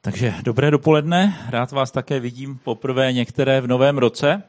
Takže dobré dopoledne, rád vás také vidím poprvé některé v novém roce.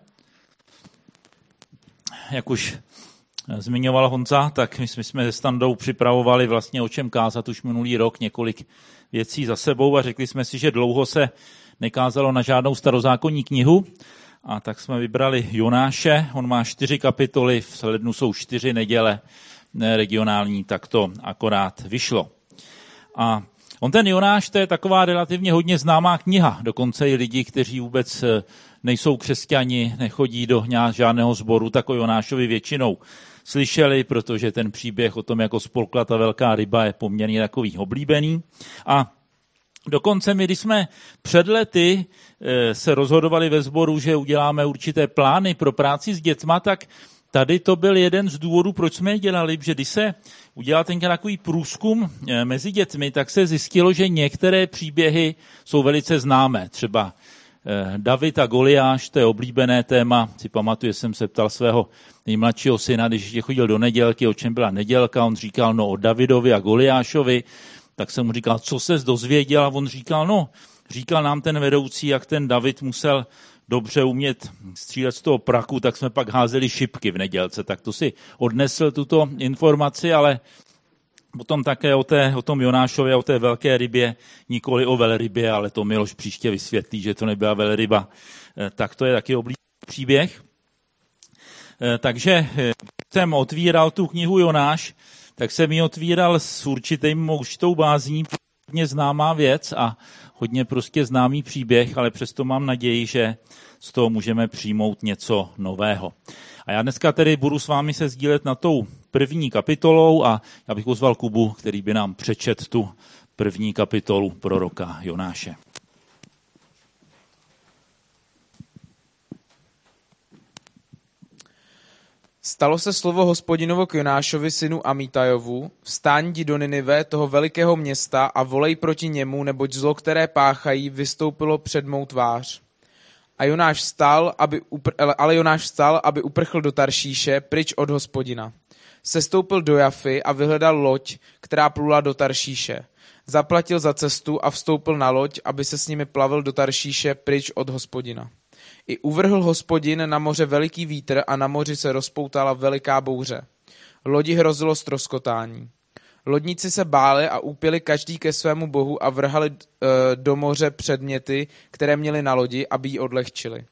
Jak už zmiňoval Honza, tak my jsme se Standou připravovali vlastně o čem kázat už minulý rok, několik věcí za sebou a řekli jsme si, že dlouho se nekázalo na žádnou starozákonní knihu a tak jsme vybrali Jonáše, on má 4 kapitoly, v lednu jsou 4 neděle regionální, tak to akorát vyšlo. A on ten Jonáš, to je taková relativně hodně známá kniha, dokonce i lidi, kteří vůbec nejsou křesťani, nechodí do žádného sboru, tak o Jonášovi většinou slyšeli, protože ten příběh o tom, jako spolkla ta velká ryba, je poměrně takový oblíbený. A dokonce my, když jsme před lety se rozhodovali ve sboru, že uděláme určité plány pro práci s dětma, tak tady to byl jeden z důvodů, proč jsme je dělali, že když se udělal ten takový průzkum mezi dětmi, tak se zjistilo, že některé příběhy jsou velice známé. Třeba David a Goliáš, to je oblíbené téma. Si pamatuju, jsem se ptal svého nejmladšího syna, když ještě chodil do nedělky, o čem byla nedělka, on říkal, o Davidovi a Goliášovi, tak jsem mu říkal, co ses dozvěděl, a on říkal, říkal nám ten vedoucí, jak ten David musel dobře umět střílet z toho praku, tak jsme pak házeli šipky v nedělce. Tak to si odnesl tuto informaci, ale potom také o tom Jonášovi a o té velké rybě, nikoli o velrybě, ale to Miloš příště vysvětlí, že to nebyla velryba. Tak to je taky oblíbený příběh. Takže jsem otvíral tu knihu Jonáš, tak jsem ji otvíral s určitou bázní, hodně známá věc a hodně prostě známý příběh, ale přesto mám naději, že z toho můžeme přijmout něco nového. A já dneska tedy budu s vámi se sdílet na tou první kapitolou a já bych pozval Kubu, který by nám přečet tu první kapitolu proroka Jonáše. Stalo se slovo Hospodinovo k Jonášovi, synu Amitajovu, vstaň, jdi do Ninive, toho velikého města, a volej proti němu, neboť zlo, které páchají, vystoupilo před mou tvář. Ale Jonáš vstal, aby uprchl do Taršíše, pryč od Hospodina. Sestoupil do Jafy a vyhledal loď, která plula do Taršíše. Zaplatil za cestu a vstoupil na loď, aby se s nimi plavil do Taršíše, pryč od Hospodina. I uvrhl Hospodin na moře veliký vítr a na moři se rozpoutala veliká bouře. Lodi hrozilo ztroskotání. Lodníci se báli a úpěli každý ke svému bohu a vrhali do moře předměty, které měli na lodi, aby ji odlehčili.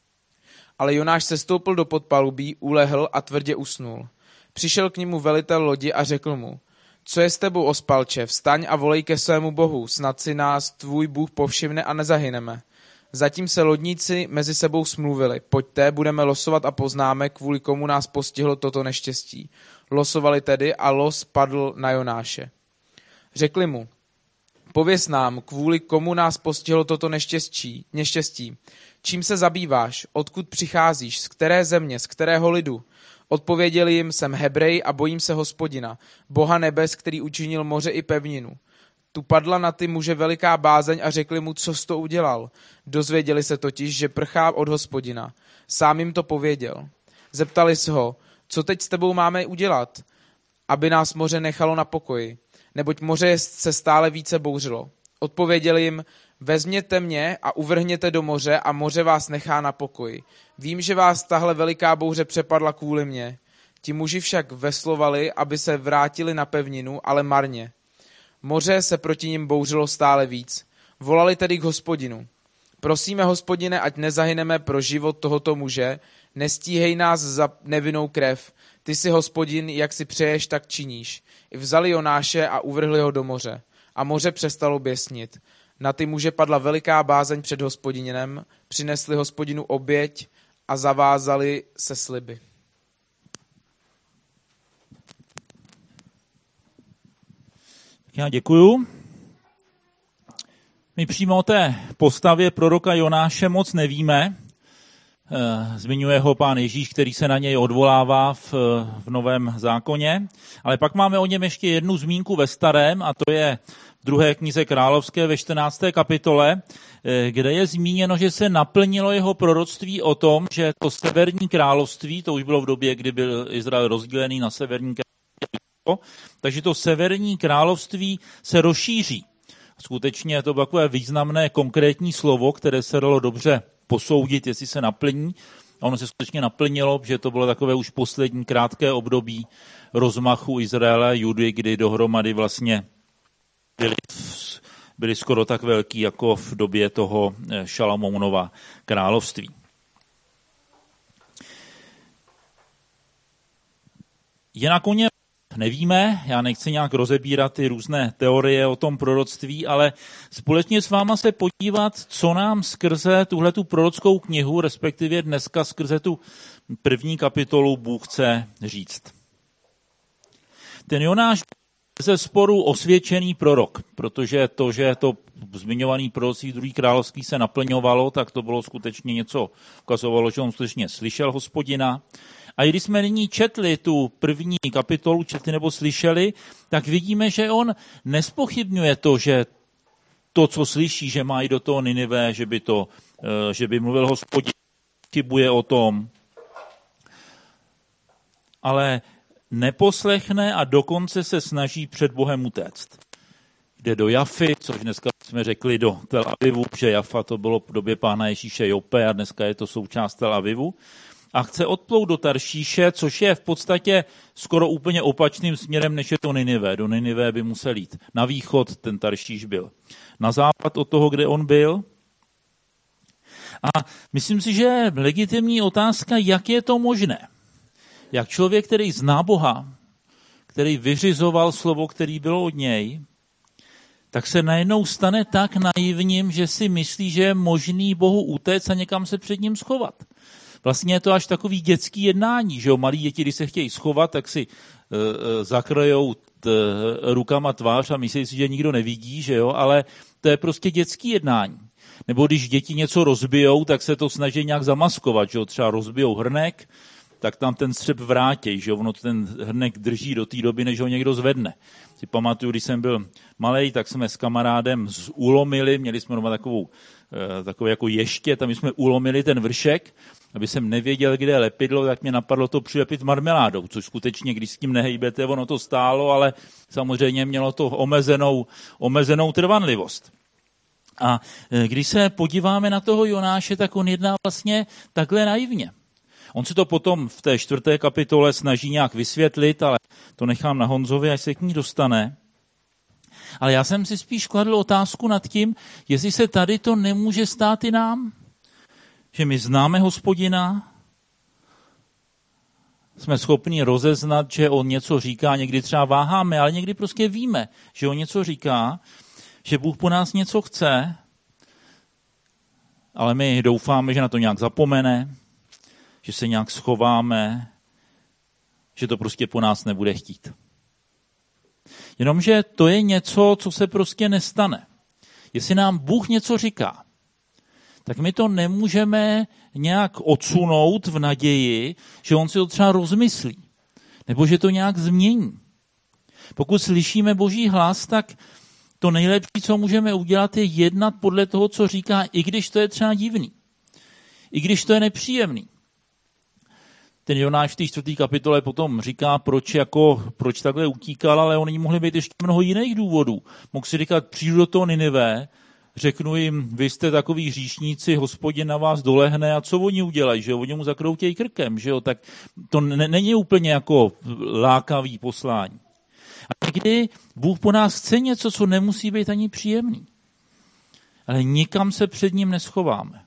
Ale Jonáš sestoupil do podpalubí, ulehl a tvrdě usnul. Přišel k němu velitel lodi a řekl mu, co je s tebou, ospalče, vstaň a volej ke svému bohu, snad si nás tvůj Bůh povšimne a nezahyneme. Zatím se lodníci mezi sebou smluvili, pojďte, budeme losovat a poznáme, kvůli komu nás postihlo toto neštěstí. Losovali tedy a los padl na Jonáše. Řekli mu, pověz nám, kvůli komu nás postihlo toto neštěstí. Čím se zabýváš, odkud přicházíš, z které země, z kterého lidu? Odpověděli jim, jsem Hebrej a bojím se Hospodina, Boha nebes, který učinil moře i pevninu. Tu padla na ty muže veliká bázeň a řekli mu, co jsi to udělal. Dozvěděli se totiž, že prchá od Hospodina. Sám jim to pověděl. Zeptali se ho, co teď s tebou máme udělat, aby nás moře nechalo na pokoji, neboť moře se stále více bouřilo. Odpověděli jim, vezměte mě a uvrhněte do moře a moře vás nechá na pokoji. Vím, že vás tahle veliká bouře přepadla kvůli mně. Ti muži však veslovali, aby se vrátili na pevninu, ale marně. Moře se proti nim bouřilo stále víc. Volali tedy k Hospodinu. Prosíme, Hospodine, ať nezahyneme pro život tohoto muže, nestíhej nás za nevinnou krev. Ty jsi, Hospodin, jak si přeješ, tak činíš. I vzali Jonáše a uvrhli ho do moře. A moře přestalo běsnit. Na ty muže padla veliká bázeň před Hospodinem, přinesli Hospodinu oběť a zavázali se sliby. Já děkuju. My přímo o té postavě proroka Jonáše moc nevíme. Zmiňuje ho Pán Ježíš, který se na něj odvolává v Novém zákoně. Ale pak máme o něm ještě jednu zmínku ve Starém, a to je v 2. knize Královské ve 14. kapitole, kde je zmíněno, že se naplnilo jeho proroctví o tom, že to severní království, to už bylo v době, kdy byl Izrael rozdělený na severní království, takže to severní království se rozšíří. Skutečně to bylo takové významné konkrétní slovo, které se dalo dobře posoudit, jestli se naplní. A ono se skutečně naplnilo, že to bylo takové už poslední krátké období rozmachu Izraele a Judy, kdy dohromady vlastně byli skoro tak velký jako v době toho Šalamounova království. Jinak o něm nevíme, já nechci nějak rozebírat ty různé teorie o tom proroctví, ale společně s váma se podívat, co nám skrze tuhletu prorockou knihu, respektive dneska skrze tu první kapitolu Bůh chce říct. Ten Jonáš ze sporu osvědčený prorok, protože to, že to zmiňovaný proroctví druhý království se naplňovalo, tak to bylo skutečně něco, ukazovalo, že on skutečně slyšel Hospodina. A když jsme nyní četli tu první kapitolu, četli nebo slyšeli, tak vidíme, že on nespochybňuje to, že to, co slyší, že má jít do toho Ninive, že by mluvil Hospodin, chybuje o tom, ale neposlechne a dokonce se snaží před Bohem utéct. Jde do Jafy, což dneska jsme řekli do Tel Avivu, že Jafa to bylo v době Pána Ježíše Jope a dneska je to součást Tel Avivu. A chce odplout do Taršíše, což je v podstatě skoro úplně opačným směrem, než je to Ninive. Do Ninive by musel jít. Na východ ten Taršíš byl. Na západ od toho, kde on byl. A myslím si, že je legitimní otázka, jak je to možné. Jak člověk, který zná Boha, který vyřizoval slovo, který bylo od něj, tak se najednou stane tak naivním, že si myslí, že je možný Bohu utéct a někam se před ním schovat. Vlastně je to až takový dětský jednání, že jo, malí děti, když se chtějí schovat, tak si zakrojou rukama tvář a myslí si, že nikdo nevidí, že jo, ale to je prostě dětský jednání. Nebo když děti něco rozbijou, tak se to snaží nějak zamaskovat, že jo, třeba rozbijou hrnek, tak tam ten střep vrátí, že jo, ono ten hrnek drží do té doby, než ho někdo zvedne. Si pamatuju, když jsem byl malej, tak jsme s kamarádem ulomili, měli jsme doma takové jako ještě, tam jsme ulomili ten vršek, aby jsem nevěděl, kde je lepidlo, tak mě napadlo to přilepit marmeládou, což skutečně, když s tím nehejbete, ono to stálo, ale samozřejmě mělo to omezenou trvanlivost. A když se podíváme na toho Jonáše, tak on jedná vlastně takhle naivně. On si to potom v té 4. kapitole snaží nějak vysvětlit, ale to nechám na Honzovi, až se k ní dostane. Ale já jsem si spíš kladl otázku nad tím, jestli se tady to nemůže stát i nám. Že my známe Hospodina, jsme schopni rozeznat, že on něco říká, někdy třeba váháme, ale někdy prostě víme, že on něco říká, že Bůh po nás něco chce, ale my doufáme, že na to nějak zapomene, že se nějak schováme, že to prostě po nás nebude chtít. Jenomže to je něco, co se prostě nestane. Jestli nám Bůh něco říká, tak my to nemůžeme nějak odsunout v naději, že on si to třeba rozmyslí, nebo že to nějak změní. Pokud slyšíme Boží hlas, tak to nejlepší, co můžeme udělat, je jednat podle toho, co říká, i když to je třeba divný, i když to je nepříjemný. Ten Jonáš v té 4. kapitole potom říká, proč takhle utíkal, ale oni mohli být ještě mnoho jiných důvodů. Mohl si říkat, přijdu do toho Ninive, řeknu jim, vy jste takový hříšníci, Hospodin na vás dolehne a co oni udělají, že jo? Oni mu zakroutějí krkem, že jo? Tak to není úplně jako lákavý poslání. A někdy Bůh po nás chce něco, co nemusí být ani příjemný. Ale nikam se před ním neschováme.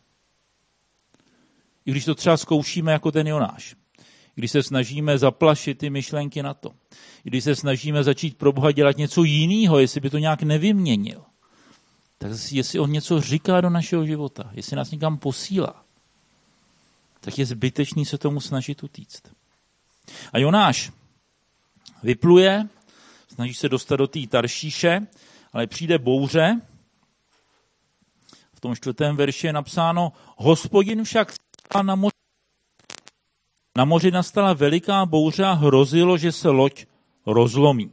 I když to třeba zkoušíme jako ten Jonáš. Když se snažíme zaplašit ty myšlenky na to. Když se snažíme začít pro Boha dělat něco jiného, jestli by to nějak nevyměnil. Tak jestli on něco říká do našeho života, jestli nás někam posílá, tak je zbytečný se tomu snažit utíct. A Jonáš vypluje, snaží se dostat do té Taršíše, ale přijde bouře. V tom 4. verši je napsáno, Hospodin však na moři. Na moři nastala veliká bouře a hrozilo, že se loď rozlomí.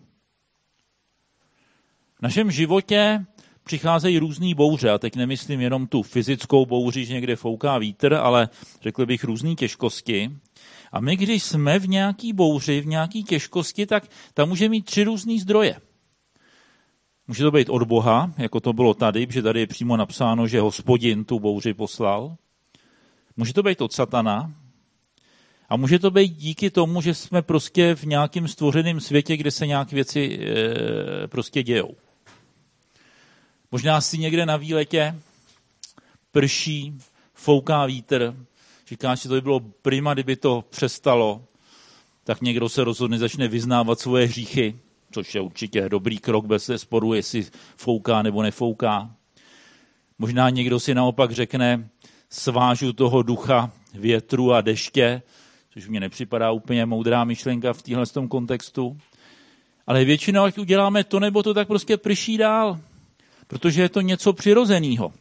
V našem životě přicházejí různý bouře, a teď nemyslím jenom tu fyzickou bouři, že někde fouká vítr, ale řekl bych různý těžkosti. A my, když jsme v nějaký bouři, v nějaký těžkosti, tak tam může mít 3 různý zdroje. Může to být od Boha, jako to bylo tady, protože tady je přímo napsáno, že Hospodin tu bouři poslal. Může to být od satana. A může to být díky tomu, že jsme prostě v nějakém stvořeném světě, kde se nějaké věci prostě dějou. Možná si někde na výletě prší, fouká vítr, říkáš, že to by bylo prima, kdyby to přestalo, tak někdo se rozhodne, začne vyznávat svoje hříchy, což je určitě dobrý krok bez sporu, jestli fouká nebo nefouká. Možná někdo si naopak řekne, svážu toho ducha větru a deště, což mně nepřipadá úplně moudrá myšlenka v téhle kontextu. Ale většinou, ať uděláme to nebo to, tak prostě prší dál, protože je to něco přirozeného.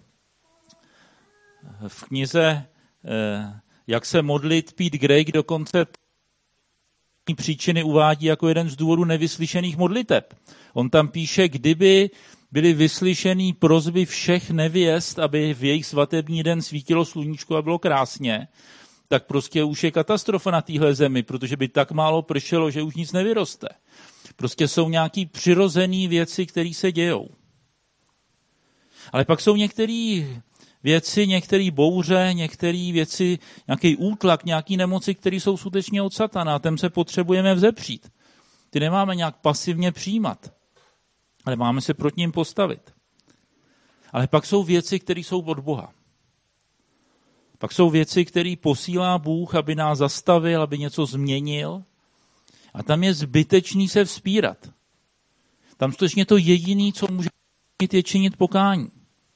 V knize Jak se modlit Pete Greig dokonce příčiny uvádí jako jeden z důvodů nevyslyšených modliteb. On tam píše, kdyby byly vyslyšený prosby všech nevěst, aby v jejich svatební den svítilo sluníčko a bylo krásně, tak prostě už je katastrofa na téhle zemi, protože by tak málo pršelo, že už nic nevyroste. Prostě jsou nějaký přirozené věci, které se dějou. Ale pak jsou některé věci, některé bouře, některé věci, nějaký útlak, nějaké nemoci, které jsou skutečně od satana. A těm se potřebujeme vzepřít. Ty nemáme nějak pasivně přijímat, ale máme se proti nim postavit. Ale pak jsou věci, které jsou od Boha. Pak jsou věci, které posílá Bůh, aby nás zastavil, aby něco změnil. A tam je zbytečný se vzpírat. Tam skutečně to jediné, co může činit, je činit pokání.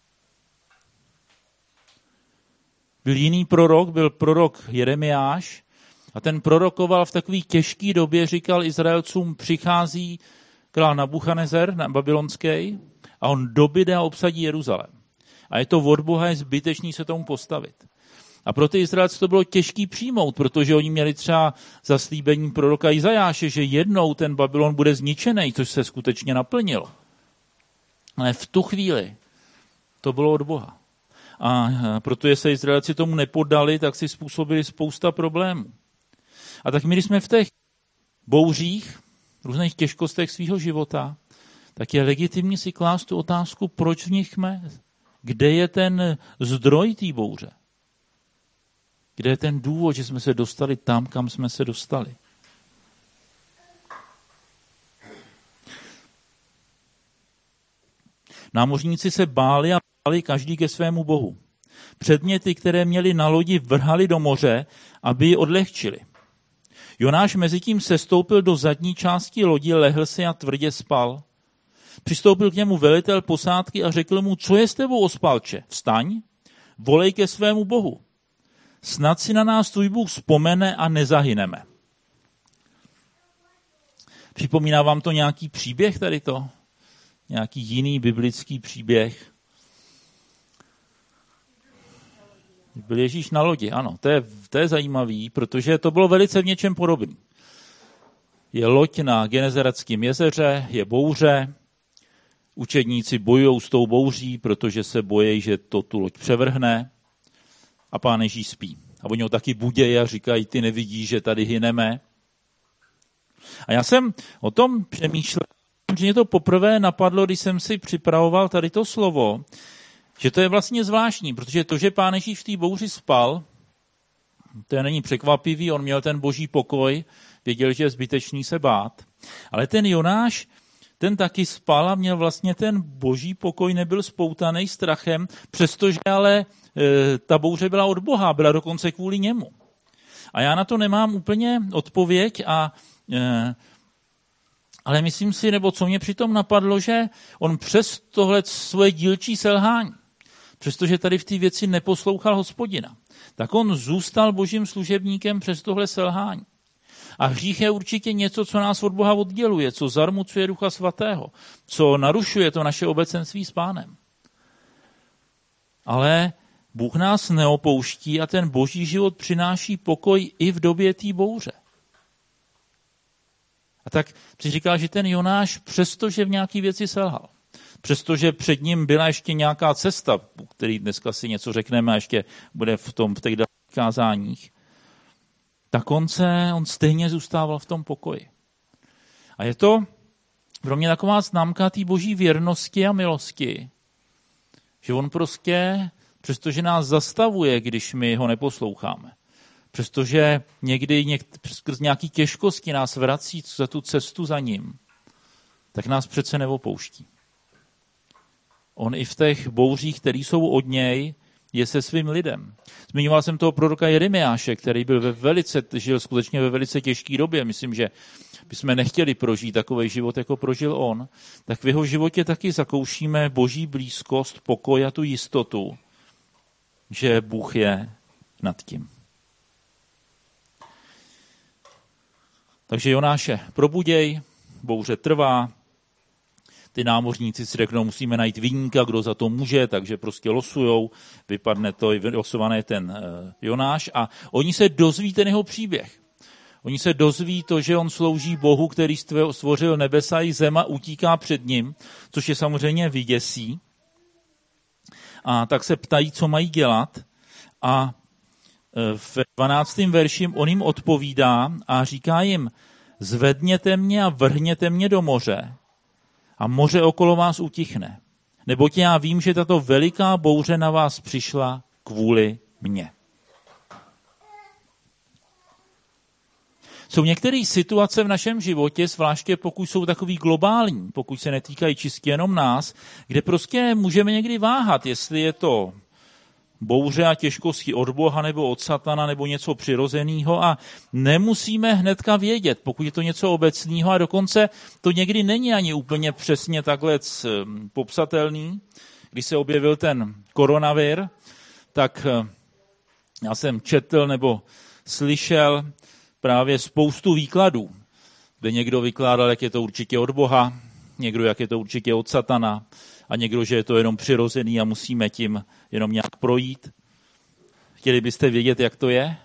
Byl jiný prorok, byl prorok Jeremiáš a ten prorokoval v takové těžké době, říkal Izraelcům, přichází král Nabuchanezer, babylonský, a on dobyde a obsadí Jeruzalém. A je to od Boha, je zbytečný se tomu postavit. A pro ty Izraelce to bylo těžký přijmout, protože oni měli třeba zaslíbení proroka Izajáše, že jednou ten Babylon bude zničený, což se skutečně naplnilo. Ale v tu chvíli to bylo od Boha. A protože se Izraelci tomu nepodali, tak si způsobili spousta problémů. A tak my, když jsme v těch bouřích, různých těžkostech svého života, tak je legitimní si klást tu otázku, proč v nich jsme, kde je ten zdroj té bouře. Kde je ten důvod, že jsme se dostali tam, kam jsme se dostali. Námořníci se báli a báli každý ke svému bohu. Předměty, které měli na lodi, vrhali do moře, aby ji odlehčili. Jonáš mezitím sestoupil do zadní části lodi, lehl si a tvrdě spal. Přistoupil k němu velitel posádky a řekl mu, co je s tebou, ospalče? Vstaň, volej ke svému bohu. Snad si na nás tvůj Bůh vzpomene a nezahyneme. Připomíná vám to nějaký příběh tady to? Nějaký jiný biblický příběh? Byl Ježíš na lodi, ano, to je zajímavý, protože to bylo velice v něčem podobný. Je loď na Genezaretském jezeře, je bouře, učedníci bojují s tou bouří, protože se bojí, že to tu loď převrhne a Pán Ježíš spí. A oni ho taky budějí a říkají, ty nevidíš, že tady hyneme. A já jsem o tom přemýšlel, že mě to poprvé napadlo, když jsem si připravoval tady to slovo, že to je vlastně zvláštní, protože to, že Pán Ježíš v té bouři spal, to není překvapivý, on měl ten boží pokoj, věděl, že je zbytečný se bát. Ale ten Jonáš, ten taky spal a měl vlastně ten boží pokoj, nebyl spoutaný strachem, přestože ale ta bouře byla od Boha, byla dokonce kvůli němu. A já na to nemám úplně odpověď, ale myslím si, nebo co mě přitom napadlo, že on přes tohle svoje dílčí selhání, přestože tady v té věci neposlouchal Hospodina, tak on zůstal božím služebníkem přes tohle selhání. A hřích je určitě něco, co nás od Boha odděluje, co zarmucuje Ducha Svatého, co narušuje to naše obecenství s Pánem. Ale Bůh nás neopouští a ten boží život přináší pokoj i v době té bouře. A tak si říká, že ten Jonáš, přestože v nějaké věci selhal, přestože před ním byla ještě nějaká cesta, o který dneska si něco řekneme a ještě bude v těch dalších kázáních, tak on stejně zůstával v tom pokoji. A je to pro mě taková známka té boží věrnosti a milosti, že on prostě, přestože nás zastavuje, když my ho neposloucháme, přestože někdy skrz nějaký těžkosti nás vrací za tu cestu za ním, tak nás přece neopouští. On i v těch bouřích, které jsou od něj, je se svým lidem. Zmiňoval jsem toho proroka Jeremiáše, který žil skutečně ve velice těžké době. Myslím, že bychom nechtěli prožít takový život, jako prožil on. Tak v jeho životě taky zakoušíme boží blízkost, pokoj a tu jistotu, že Bůh je nad tím. Takže Jonáše, probuděj, bouře trvá, ty námořníci si řeknou, musíme najít viníka, kdo za to může, takže prostě losujou, vypadne to, losovaný ten Jonáš a oni se dozví ten jeho příběh. Oni se dozví to, že on slouží Bohu, který stvořil nebesa i zem a utíká před ním, což je samozřejmě vyděsí. A tak se ptají, co mají dělat. A v 12. verši on jim odpovídá a říká jim, zvedněte mě a vrhněte mě do moře a moře okolo vás utichne. Neboť já vím, že tato veliká bouře na vás přišla kvůli mně. Jsou některé situace v našem životě, zvláště pokud jsou takový globální, pokud se netýkají čistě jenom nás, kde prostě můžeme někdy váhat, jestli je to bouře a těžkosti od Boha nebo od satana nebo něco přirozeného a nemusíme hnedka vědět, pokud je to něco obecného a dokonce to někdy není ani úplně přesně takhle popsatelný. Když se objevil ten koronavir, tak já jsem četl nebo slyšel právě spoustu výkladů, kde někdo vykládal, jak je to určitě od Boha, někdo, jak je to určitě od satana a někdo, že je to jenom přirozený a musíme tím jenom nějak projít. Chtěli byste vědět, jak to je?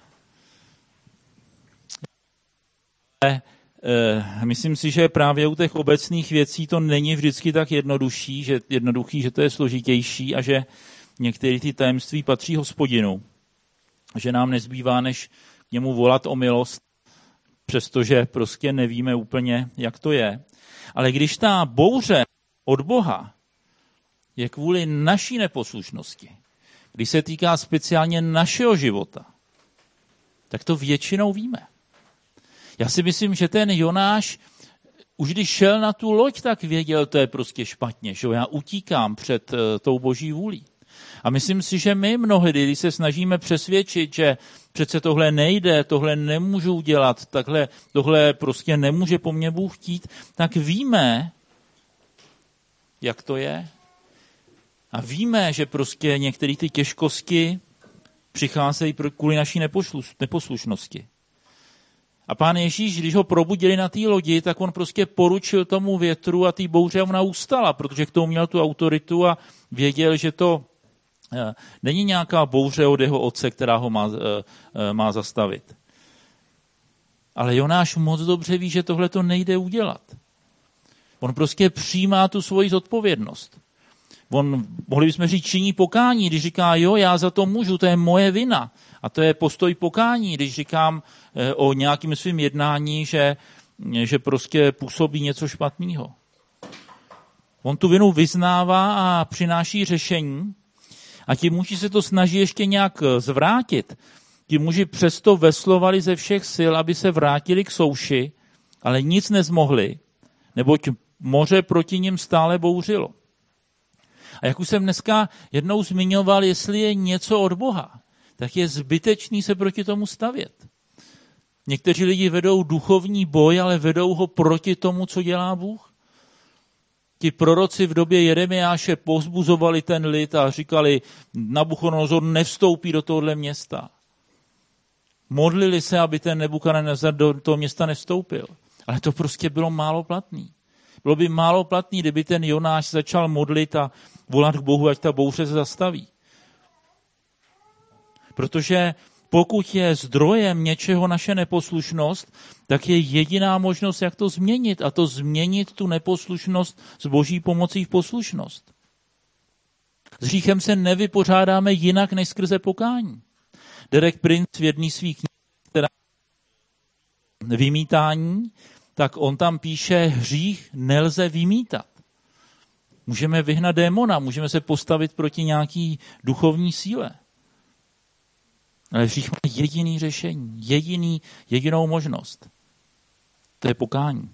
Myslím si, že právě u těch obecných věcí to není vždycky tak jednoduchý, že to je složitější a že některé ty tajemství patří Hospodinu. Že nám nezbývá, než k němu volat o milost, přestože prostě nevíme úplně, jak to je. Ale když ta bouře od Boha je kvůli naší neposlušnosti, když se týká speciálně našeho života, tak to většinou víme. Já si myslím, že ten Jonáš, už když šel na tu loď, tak věděl, to je prostě špatně, že já utíkám před tou boží vůlí. A myslím si, že my mnohdy, když se snažíme přesvědčit, že přece tohle nejde, tohle nemůžu udělat, tohle prostě nemůže po mně Bůh chtít, tak víme, jak to je. A víme, že prostě některé ty těžkosti přicházejí kvůli naší neposlušnosti. A Pán Ježíš, když ho probudili na té lodi, tak on prostě poručil tomu větru a té bouře ona ustala, protože k tomu měl tu autoritu a věděl, že to není nějaká bouře od jeho otce, která ho má zastavit. Ale Jonáš moc dobře ví, že tohle to nejde udělat. On prostě přijímá tu svoji zodpovědnost. On, mohli bychom říct, činí pokání, když říká, jo, já za to můžu, to je moje vina. A to je postoj pokání, když říkám o nějakým svým jednání, že prostě působí něco špatného. On tu vinu vyznává a přináší řešení a ti muži se to snaží ještě nějak zvrátit. Ti muži přesto veslovali ze všech sil, aby se vrátili k souši, ale nic nezmohli, neboť moře proti nim stále bouřilo. A jak už jsem dneska jednou zmiňoval, jestli je něco od Boha, tak je zbytečný se proti tomu stavět. Někteří lidi vedou duchovní boj, ale vedou ho proti tomu, co dělá Bůh. Ti proroci v době Jeremiáše povzbuzovali ten lid a říkali, Nabuchodonozor nevstoupí do tohohle města. Modlili se, aby ten Nebukadnezar do toho města nevstoupil. Ale to prostě bylo málo platný. Bylo by málo platný, kdyby ten Jonáš začal modlit a volat k Bohu, ať ta bouře se zastaví. Protože pokud je zdrojem něčeho naše neposlušnost, tak je jediná možnost, jak to změnit. A to změnit tu neposlušnost s boží pomocí v poslušnost. S hříchem se nevypořádáme jinak, než skrze pokání. Derek Prince v jedné svých knih, která vymítání, tak on tam píše, hřích nelze vymítat. Můžeme vyhnat démona, můžeme se postavit proti nějaký duchovní síle. Ale hřích má jediný řešení, jedinou možnost. To je pokání.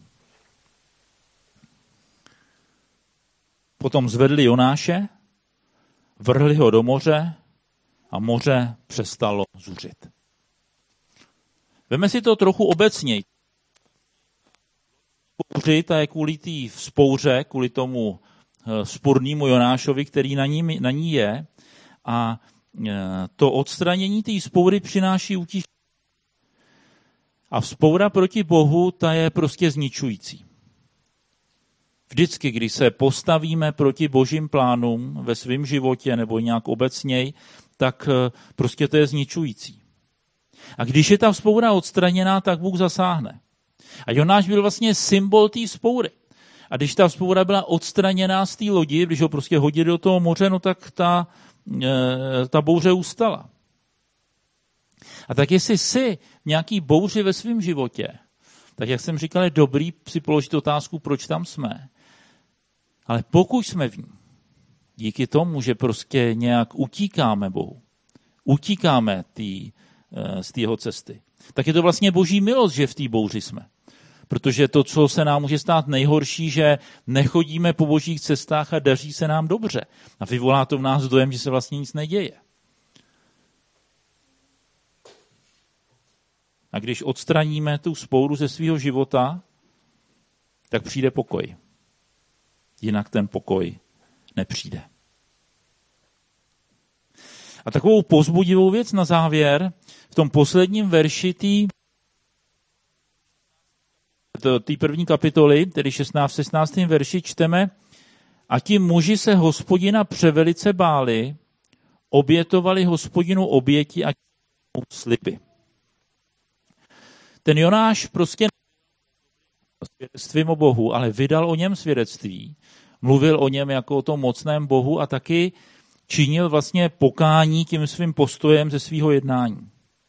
Potom zvedli Jonáše, vrhli ho do moře a moře přestalo zuřit. Veme si to trochu obecněji. Ta je kvůli té vzpouře, kvůli tomu spornému Jonášovi, který na ní je. A to odstranění té vzpoury přináší utišení. A vzpoura proti Bohu, ta je prostě zničující. Vždycky, když se postavíme proti božím plánům ve svém životě nebo nějak obecněji, tak prostě to je zničující. A když je ta vzpoura odstraněná, tak Bůh zasáhne. A Jonáš byl vlastně symbol té vzpoury. A když ta vzpoura byla odstraněná z té lodi, když ho prostě hodili do toho moře, no tak ta bouře ustala. A tak jestli jsi nějaký bouři ve svém životě, tak jak jsem říkal, je dobrý si položit otázku, proč tam jsme. Ale pokud jsme v ní, díky tomu, že prostě nějak utíkáme Bohu, utíkáme z té jeho cesty, tak je to vlastně boží milost, že v té bouři jsme. Protože to, co se nám může stát nejhorší, že nechodíme po božích cestách a daří se nám dobře. A vyvolá to v nás dojem, že se vlastně nic neděje. A když odstraníme tu vzpouru ze svého života, tak přijde pokoj. Jinak ten pokoj nepřijde. A takovou povzbudivou věc na závěr, v tom posledním verši té první kapitoly, tedy 16. verši, čteme: a ti muži se Hospodina převelice báli, obětovali Hospodinu oběti a sliby. Ten Jonáš prostě svědectvím o Bohu, ale vydal o něm svědectví, mluvil o něm jako o tom mocném Bohu a taky činil vlastně pokání tím svým postojem ze svého jednání.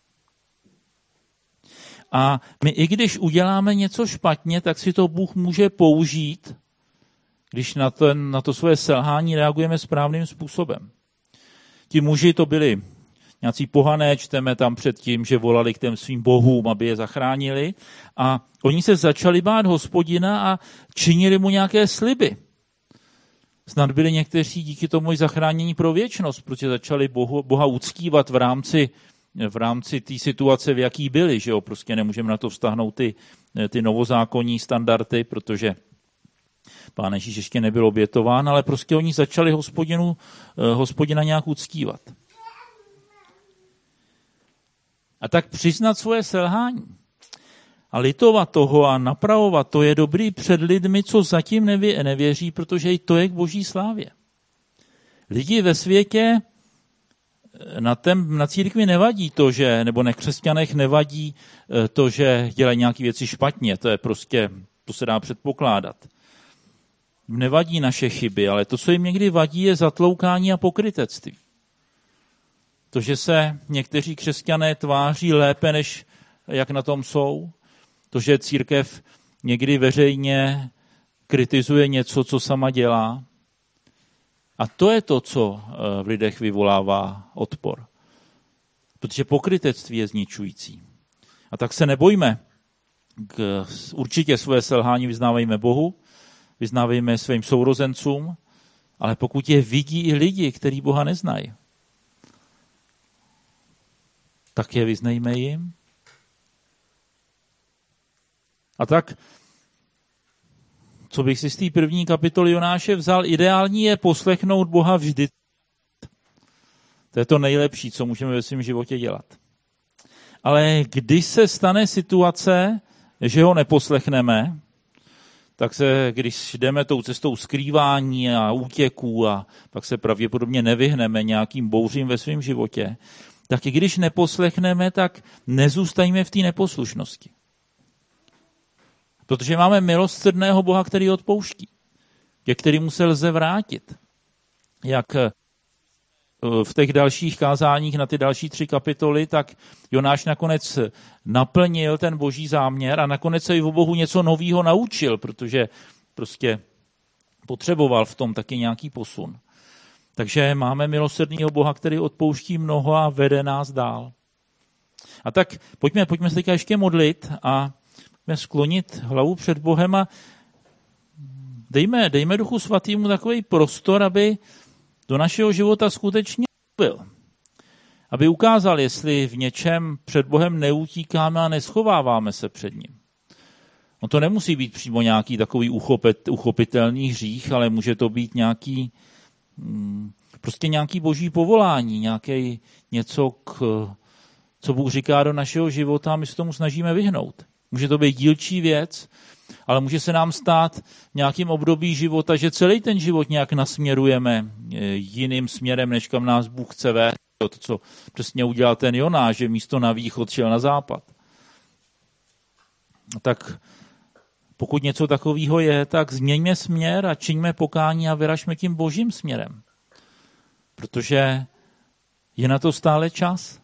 A my i když uděláme něco špatně, tak si to Bůh může použít, když na to své selhání reagujeme správným způsobem. Ti muži to byli nějací pohané, čteme tam předtím, že volali k těm svým bohům, aby je zachránili. A oni se začali bát Hospodina a činili mu nějaké sliby. Snad byli někteří díky tomu i zachránění pro věčnost, protože začali Boha uctívat v rámci té situace, v jaký byli, že jo, prostě nemůžeme na to vztahnout ty novozákonní standardy, protože Pán Ježíš ještě nebyl obětován, ale prostě oni začali Hospodina nějak uctívat. A tak přiznat svoje selhání a litovat toho a napravovat, to je dobrý před lidmi, co zatím nevěří, protože i to je k boží slávě. Lidi ve světě na církvi nevadí to, nebo na křesťanech nevadí to, že dělají nějaké věci špatně. To je prostě, to se dá předpokládat. Nevadí naše chyby, ale to, co jim někdy vadí, je zatloukání a pokrytectví. To, že se někteří křesťané tváří lépe, než jak na tom jsou. To, že církev někdy veřejně kritizuje něco, co sama dělá. A to je to, co v lidech vyvolává odpor. Protože pokrytectví je zničující. A tak se nebojme. Určitě svoje selhání vyznávejme Bohu, vyznávejme svým sourozencům, ale pokud je vidí i lidi, kteří Boha neznají, tak je vyznejme jim. A tak, co bych si z té první kapitoly Jonáše vzal, ideální je poslechnout Boha vždy. To je to nejlepší, co můžeme ve svém životě dělat. Ale když se stane situace, že ho neposlechneme, tak když jdeme tou cestou skrývání a útěků a pak se pravděpodobně nevyhneme nějakým bouřím ve svém životě, tak i když neposlechneme, tak nezůstaňme v té neposlušnosti. Protože máme milosrdného Boha, který odpouští, ke kterému se lze vrátit. Jak v těch dalších kázáních na ty další 3 kapitoly, tak Jonáš nakonec naplnil ten boží záměr a nakonec se i o Bohu něco nového naučil, protože prostě potřeboval v tom taky nějaký posun. Takže máme milosrdného Boha, který odpouští mnoho a vede nás dál. A tak pojďme se teďka ještě modlit a pojďme sklonit hlavu před Bohem a dejme Duchu Svatýmu takový prostor, aby do našeho života skutečně byl. Aby ukázal, jestli v něčem před Bohem neutíkáme a neschováváme se před ním. No to nemusí být přímo nějaký takový uchopitelný hřích, ale může to být nějaký boží povolání, nějaký něco, co Bůh říká do našeho života a my se tomu snažíme vyhnout. Může to být dílčí věc, ale může se nám stát v nějakém období života, že celý ten život nějak nasměrujeme jiným směrem, než kam nás Bůh chce vést. To, co přesně udělal ten Jonáš, že místo na východ šel na západ. Tak pokud něco takového je, tak změňme směr a čiňme pokání a vyražme tím božím směrem. Protože je na to stále čas.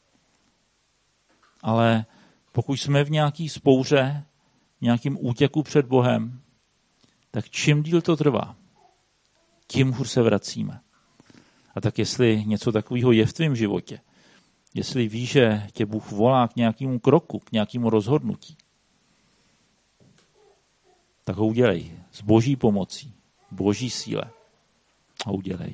Ale pokud jsme v nějaký vzpouře, v nějakým útěku před Bohem, tak čím díl to trvá, tím hůř se vracíme. A tak jestli něco takového je v tvém životě, jestli víš, že tě Bůh volá k nějakému kroku, k nějakému rozhodnutí, tak ho udělej s boží pomocí, boží síle. Ho udělej.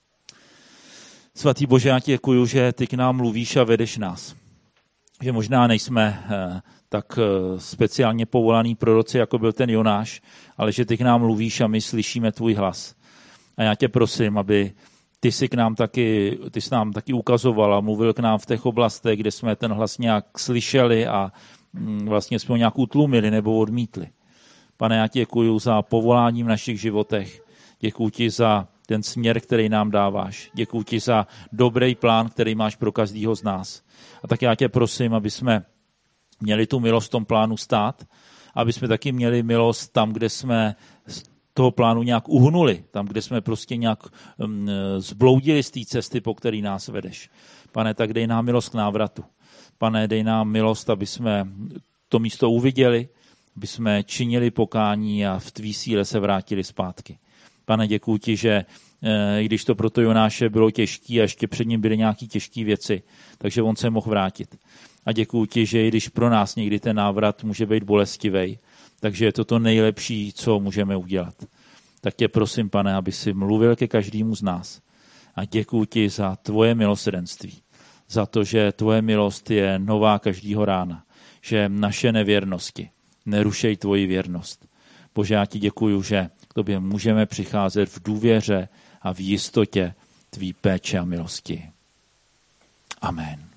Svatý Bože, já ti děkuju, že ty k nám mluvíš a vedeš nás. Že možná nejsme tak speciálně povolaný proroci, jako byl ten Jonáš, ale že ty k nám mluvíš a my slyšíme tvůj hlas. A já tě prosím, aby ty jsi nám taky ukazoval a mluvil k nám v těch oblastech, kde jsme ten hlas nějak slyšeli a vlastně jsme ho nějak utlumili nebo odmítli. Pane, já ti děkuju za povolání v našich životech. Děkuju ti za ten směr, který nám dáváš. Děkuju ti za dobrý plán, který máš pro každého z nás. A tak já tě prosím, aby jsme měli tu milost v tom plánu stát, aby jsme taky měli milost tam, kde jsme z toho plánu nějak uhnuli, tam, kde jsme prostě nějak zbloudili z té cesty, po který nás vedeš. Pane, tak dej nám milost k návratu. Pane, dej nám milost, aby jsme to místo uviděli, aby jsme činili pokání a v tvý síle se vrátili zpátky. Pane, děkuji ti, že i když to pro to Jonáše bylo těžké a ještě před ním byly nějaké těžké věci, takže on se mohl vrátit. A děkuji ti, že i když pro nás někdy ten návrat může být bolestivý, takže je to to nejlepší, co můžeme udělat. Tak tě prosím, Pane, aby si mluvil ke každému z nás. A děkuji ti za tvoje milosrdenství, za to, že tvoje milost je nová každýho rána, že naše nevěrnosti nerušej tvoji věrnost. Bože, já ti děkuju, že k tobě můžeme přicházet v důvěře a v jistotě tvý péče a milosti. Amen.